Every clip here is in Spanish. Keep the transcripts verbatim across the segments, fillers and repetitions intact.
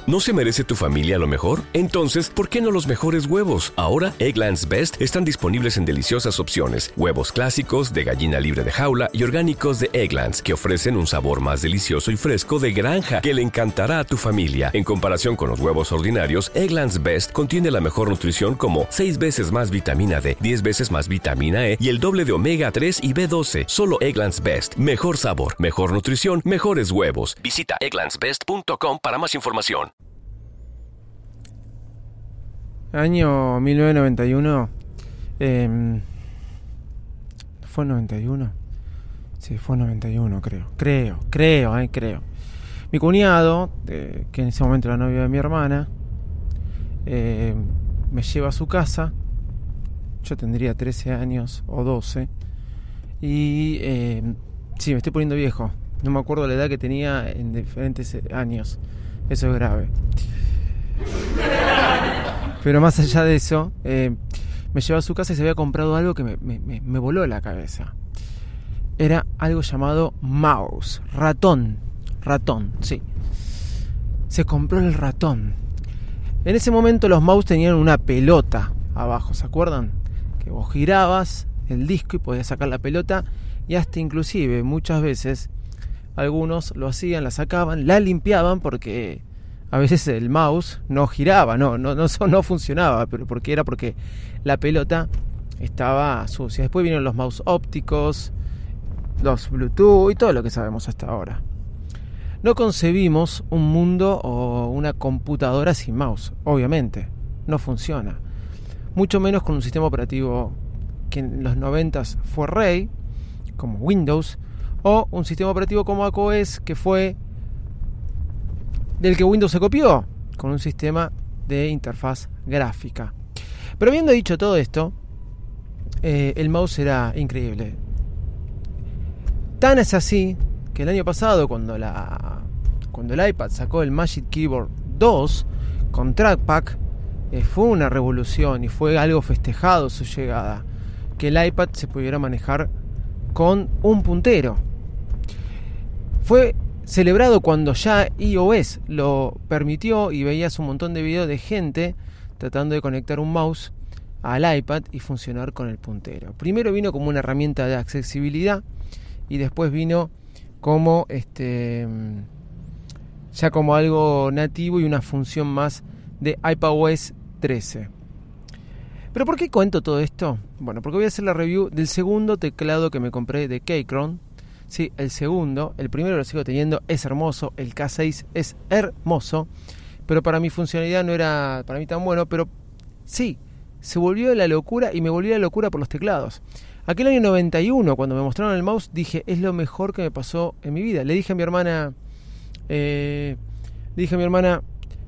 ¿No se merece tu familia lo mejor? Entonces, ¿por qué no los mejores huevos? Ahora, Eggland's Best están disponibles en deliciosas opciones. Huevos clásicos, de gallina libre de jaula y orgánicos de Eggland's, que ofrecen un sabor más delicioso y fresco de granja que le encantará a tu familia. En comparación con los huevos ordinarios, Eggland's Best contiene la mejor nutrición como seis veces más vitamina D, diez veces más vitamina E y el doble de omega tres y B doce. Solo Eggland's Best. Mejor sabor, mejor nutrición, mejores huevos. Visita egglands best punto com para más información. Año mil novecientos noventa y uno. Eh, ¿Fue noventa y uno? Sí, fue noventa y uno, creo. Creo, creo, eh, creo. Mi cuñado, eh, que en ese momento era novio de mi hermana, eh, me lleva a su casa. Yo tendría trece años o doce. Y eh, sí, me estoy poniendo viejo. No me acuerdo la edad que tenía en diferentes años. Eso es grave. Pero más allá de eso, eh, me llevó a su casa y se había comprado algo que me, me, me voló la cabeza. Era algo llamado mouse, ratón, ratón, sí. Se compró el ratón. En ese momento los mouse tenían una pelota abajo, ¿se acuerdan? Que vos girabas el disco y podías sacar la pelota, y hasta inclusive muchas veces algunos lo hacían, la sacaban, la limpiaban porque a veces el mouse no giraba, no, no, no, no funcionaba, pero porque era porque la pelota estaba sucia. Después vinieron los mouse ópticos, los Bluetooth y todo lo que sabemos hasta ahora. No concebimos un mundo o una computadora sin mouse, obviamente, no funciona. Mucho menos con un sistema operativo que en los noventas fue rey, como Windows, o un sistema operativo como macOS, que fue del que Windows se copió, con un sistema de interfaz gráfica. Pero habiendo dicho todo esto, eh, el mouse era increíble. Tan es así que el año pasado, cuando la cuando el iPad sacó el Magic Keyboard dos con Trackpad, eh, fue una revolución y fue algo festejado su llegada, que el iPad se pudiera manejar con un puntero. Fue celebrado cuando ya iOS lo permitió y veías un montón de videos de gente tratando de conectar un mouse al iPad y funcionar con el puntero. Primero vino como una herramienta de accesibilidad y después vino como este ya como algo nativo y una función más de iPadOS trece. ¿Pero por qué cuento todo esto? Bueno, porque voy a hacer la review del segundo teclado que me compré de Keychron. Sí, el segundo. El primero lo sigo teniendo, es hermoso. El K seis es hermoso, pero para mi funcionalidad no era para mí tan bueno. Pero sí, se volvió la locura y me volvió la locura por los teclados. Aquel año noventa y uno, cuando me mostraron el mouse, dije, es lo mejor que me pasó en mi vida. Le dije a mi hermana, eh, le dije a mi hermana,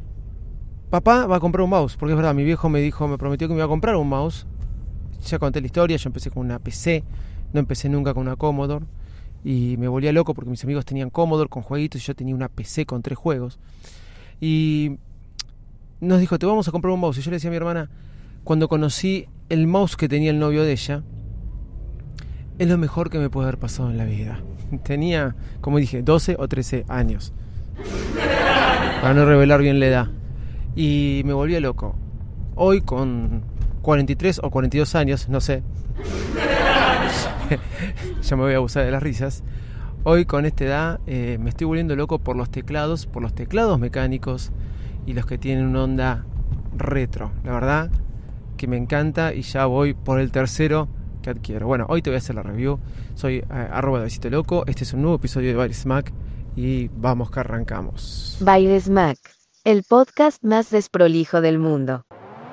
papá va a comprar un mouse, porque es verdad, mi viejo me dijo, me prometió que me iba a comprar un mouse. Ya conté la historia, yo empecé con una P C, no empecé nunca con una Commodore, y me volvía loco porque mis amigos tenían Commodore con jueguitos y yo tenía una P C con tres juegos. Y nos dijo, te vamos a comprar un mouse. Y yo le decía a mi hermana, cuando conocí el mouse que tenía el novio de ella, es lo mejor que me puede haber pasado en la vida. Tenía, como dije, doce o trece años, para no revelar bien la edad. Y me volvía loco. Hoy con cuarenta y tres o cuarenta y dos años, no sé, ya me voy a abusar de las risas. Hoy con esta edad eh, me estoy volviendo loco por los teclados, por los teclados mecánicos y los que tienen una onda retro. La verdad que me encanta y ya voy por el tercero que adquiero. Bueno, hoy te voy a hacer la review. Soy eh, arroba de Besito Loco. Este es un nuevo episodio de Bailes Mac y vamos que arrancamos. Bailes Mac, el podcast más desprolijo del mundo.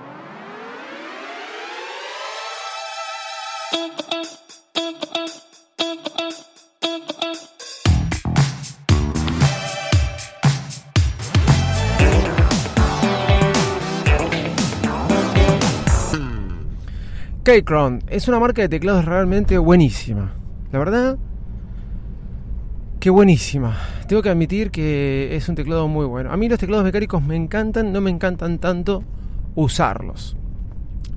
Keychron es una marca de teclados realmente buenísima. La verdad que buenísima. Tengo que admitir que es un teclado muy bueno. A mí los teclados mecánicos me encantan, no me encantan tanto usarlos.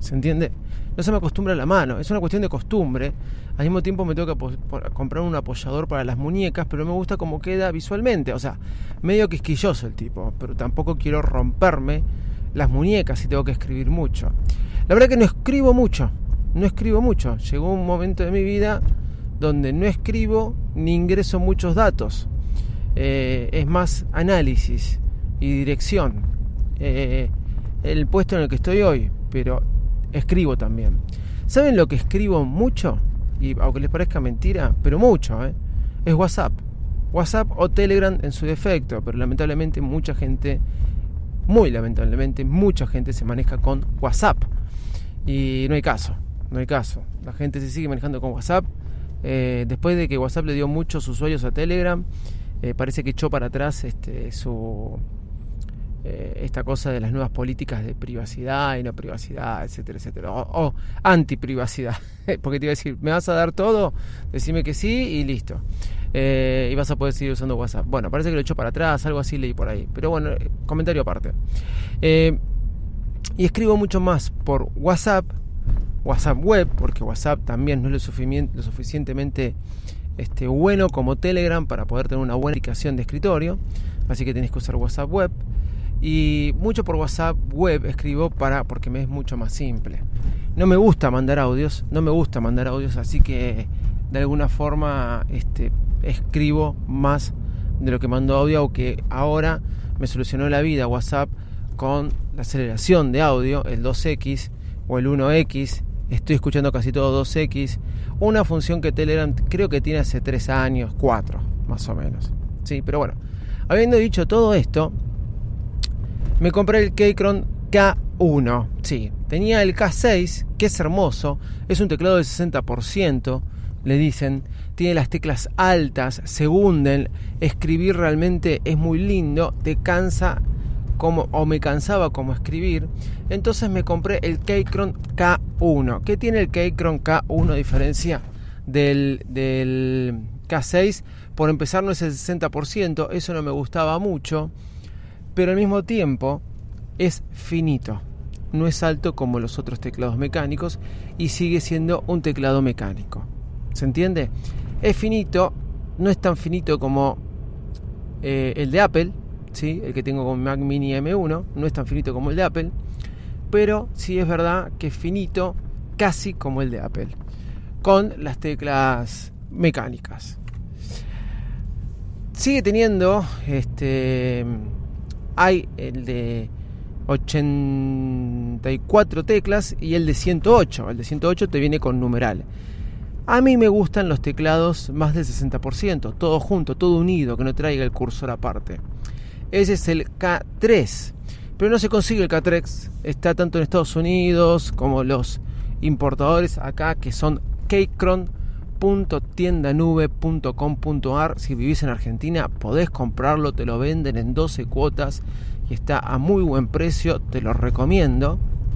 ¿Se entiende? No se me acostumbra a la mano, es una cuestión de costumbre. Al mismo tiempo me tengo que apo- comprar un apoyador para las muñecas, pero me gusta cómo queda visualmente. O sea, medio quisquilloso el tipo, pero tampoco quiero romperme las muñecas si tengo que escribir mucho. La verdad que no escribo mucho, no escribo mucho. Llegó un momento de mi vida donde no escribo ni ingreso muchos datos. Eh, es más análisis y dirección. Eh, el puesto en el que estoy hoy, pero escribo también. ¿Saben lo que escribo mucho? Y aunque les parezca mentira, pero mucho, ¿eh? Es WhatsApp. WhatsApp o Telegram en su defecto, pero lamentablemente mucha gente, muy lamentablemente, mucha gente se maneja con WhatsApp. Y no hay caso, no hay caso. La gente se sigue manejando con WhatsApp. Eh, después de que WhatsApp le dio muchos usuarios a Telegram, eh, parece que echó para atrás este, su... Eh, esta cosa de las nuevas políticas de privacidad y no privacidad, etcétera, etcétera, o, o antiprivacidad, porque te iba a decir, ¿me vas a dar todo? Decime que sí y listo, eh, y vas a poder seguir usando WhatsApp. Bueno, parece que lo echó para atrás, algo así leí por ahí, pero bueno, comentario aparte. Eh, y escribo mucho más por WhatsApp, WhatsApp web, porque WhatsApp también no es lo, suficient- lo suficientemente este, bueno como Telegram para poder tener una buena aplicación de escritorio, así que tenés que usar WhatsApp web. Y mucho por WhatsApp web escribo para porque me es mucho más simple. No me gusta mandar audios, no me gusta mandar audios, así que de alguna forma este, escribo más de lo que mando audio, aunque ahora me solucionó la vida WhatsApp con la aceleración de audio, el dos equis o el uno equis. Estoy escuchando casi todo dos equis, una función que Telegram creo que tiene hace tres años, cuatro más o menos. Sí, pero bueno, habiendo dicho todo esto, me compré el Keychron K uno. Sí, tenía el K seis, que es hermoso. Es un teclado de sesenta por ciento, le dicen. Tiene las teclas altas, se hunden. Escribir realmente es muy lindo. Te cansa como, o me cansaba como escribir. Entonces me compré el Keychron K uno. ¿Qué tiene el Keychron K uno a diferencia del, del K seis? Por empezar, no es el sesenta por ciento. Eso no me gustaba mucho. Pero al mismo tiempo es finito, no es alto como los otros teclados mecánicos y sigue siendo un teclado mecánico. ¿Se entiende? Es finito, no es tan finito como eh, el de Apple, ¿sí? El que tengo con Mac Mini eme uno, no es tan finito como el de Apple, pero sí es verdad que es finito casi como el de Apple, con las teclas mecánicas. Sigue teniendo este... hay el de ochenta y cuatro teclas y el de ciento ocho. El de ciento ocho te viene con numeral. A mí me gustan los teclados más del sesenta por ciento, todo junto, todo unido, que no traiga el cursor aparte. Ese es el K tres, pero no se consigue el K tres. Está tanto en Estados Unidos como los importadores acá, que son keychron punto tiendanube punto com punto ar. Si vivís en Argentina podés comprarlo, te lo venden en doce cuotas y está a muy buen precio, te lo recomiendo.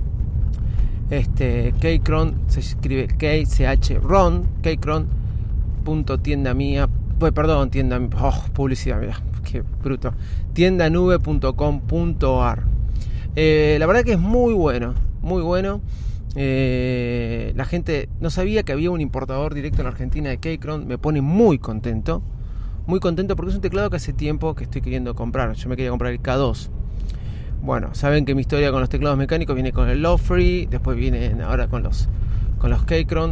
Este Keychron se escribe K C H R O N, keychron punto tienda mía, pues perdón, tienda, oh, publicidad, mira, qué bruto, tiendanube punto com punto ar. Eh, la verdad que es muy bueno, muy bueno. Eh, la gente no sabía que había un importador directo en Argentina de Keychron. Me pone muy contento, muy contento porque es un teclado que hace tiempo que estoy queriendo comprar. Yo me quería comprar el K dos. Bueno, saben que mi historia con los teclados mecánicos viene con el Love Free, después viene ahora con los con los Keychron.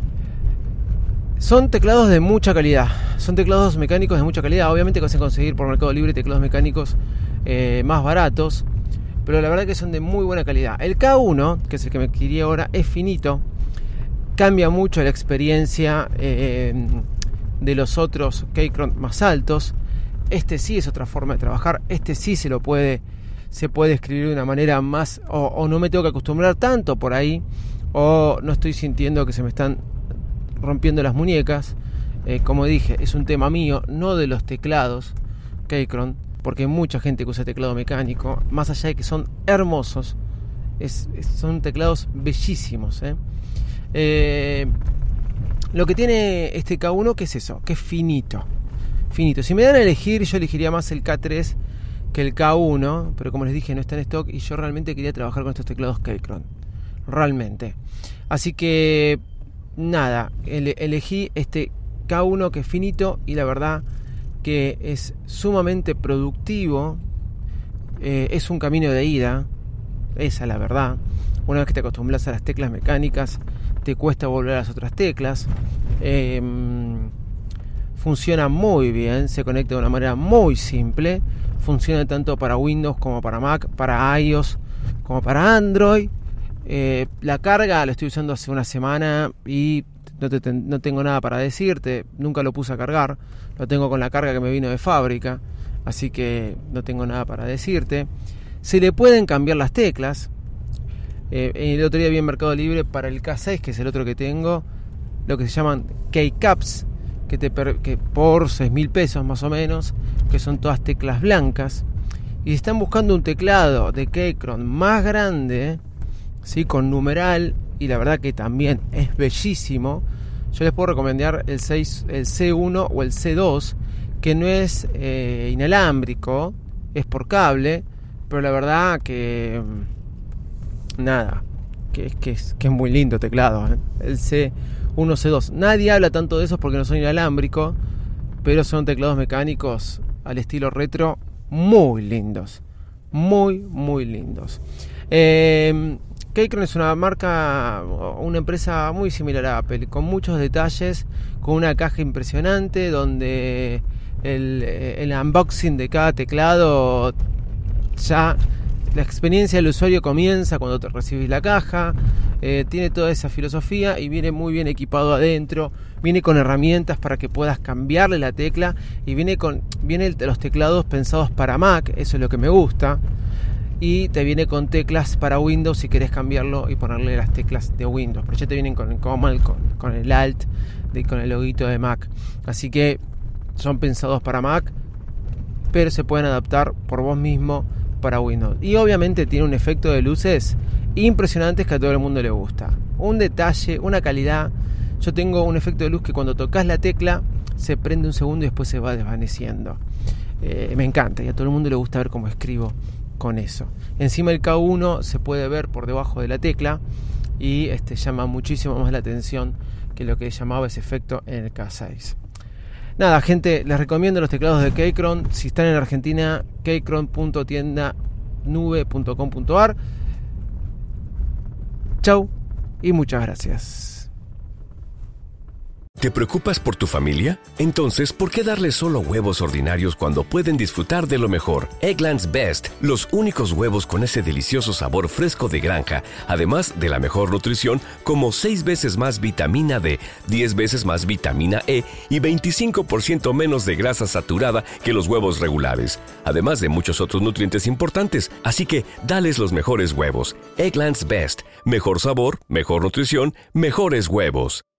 Son teclados de mucha calidad, son teclados mecánicos de mucha calidad. Obviamente que vas a conseguir por Mercado Libre teclados mecánicos eh, más baratos, pero la verdad que son de muy buena calidad. El K uno, que es el que me quería ahora, es finito, cambia mucho la experiencia eh, de los otros Keychron más altos. Este sí es otra forma de trabajar, este sí se lo puede, se puede escribir de una manera más, o, o no me tengo que acostumbrar tanto por ahí, o no estoy sintiendo que se me están rompiendo las muñecas. Eh, como dije, es un tema mío, no de los teclados Keychron, porque hay mucha gente que usa teclado mecánico, más allá de que son hermosos, es, es, son teclados bellísimos. ¿eh? Eh, lo que tiene este K uno, ¿qué es eso? Que es finito, finito. Si me dan a elegir, yo elegiría más el K tres que el K uno, pero como les dije, no está en stock y yo realmente quería trabajar con estos teclados Keychron. realmente. Así que nada, ele- elegí este K uno que es finito y la verdad que es sumamente productivo. Eh, es un camino de ida, esa es la verdad. Una vez que te acostumbras a las teclas mecánicas, te cuesta volver a las otras teclas. Eh, funciona muy bien, se conecta de una manera muy simple. Funciona tanto para Windows como para Mac, para iOS como para Android. Eh, la carga la estoy usando hace una semana y no, te, no tengo nada para decirte. Nunca lo puse a cargar, lo tengo con la carga que me vino de fábrica, así que no tengo nada para decirte. Se le pueden cambiar las teclas. Eh, el otro día vi en Mercado Libre para el K seis, que es el otro que tengo, lo que se llaman keycaps, que, te per, que por seis mil pesos más o menos, que son todas teclas blancas. Y si están buscando un teclado de Keychron más grande, ¿sí? Con numeral, y la verdad que también es bellísimo, yo les puedo recomendar el, seis, el C uno o el C dos, que no es eh, inalámbrico, es por cable, pero la verdad que nada, que, que, es, que es muy lindo teclado, ¿eh? El C uno, C dos, nadie habla tanto de esos porque no son inalámbricos, pero son teclados mecánicos al estilo retro muy lindos, muy muy lindos. eh, Keychron es una marca, una empresa muy similar a Apple, con muchos detalles, con una caja impresionante donde el, el unboxing de cada teclado, ya la experiencia del usuario comienza cuando te recibís la caja. Eh, tiene toda esa filosofía y viene muy bien equipado adentro, viene con herramientas para que puedas cambiarle la tecla y viene con viene el, los teclados pensados para Mac, eso es lo que me gusta. Y te viene con teclas para Windows si querés cambiarlo y ponerle las teclas de Windows. Pero ya te vienen con el Command, con, con el Alt, de, con el loguito de Mac. Así que son pensados para Mac, pero se pueden adaptar por vos mismo para Windows. Y obviamente tiene un efecto de luces impresionantes que a todo el mundo le gusta. Un detalle, una calidad. Yo tengo un efecto de luz que cuando tocas la tecla se prende un segundo y después se va desvaneciendo. Eh, me encanta y a todo el mundo le gusta ver cómo escribo con eso. Encima el K uno se puede ver por debajo de la tecla y este, llama muchísimo más la atención que lo que llamaba ese efecto en el K seis. Nada, gente, les recomiendo los teclados de Keychron. Si están en Argentina, keychron punto tienda nube punto com punto a r. Chau y muchas gracias. ¿Te preocupas por tu familia? Entonces, ¿por qué darles solo huevos ordinarios cuando pueden disfrutar de lo mejor? Eggland's Best, los únicos huevos con ese delicioso sabor fresco de granja, además de la mejor nutrición, como seis veces más vitamina D, diez veces más vitamina E y veinticinco por ciento menos de grasa saturada que los huevos regulares, además de muchos otros nutrientes importantes. Así que, dales los mejores huevos. Eggland's Best, mejor sabor, mejor nutrición, mejores huevos.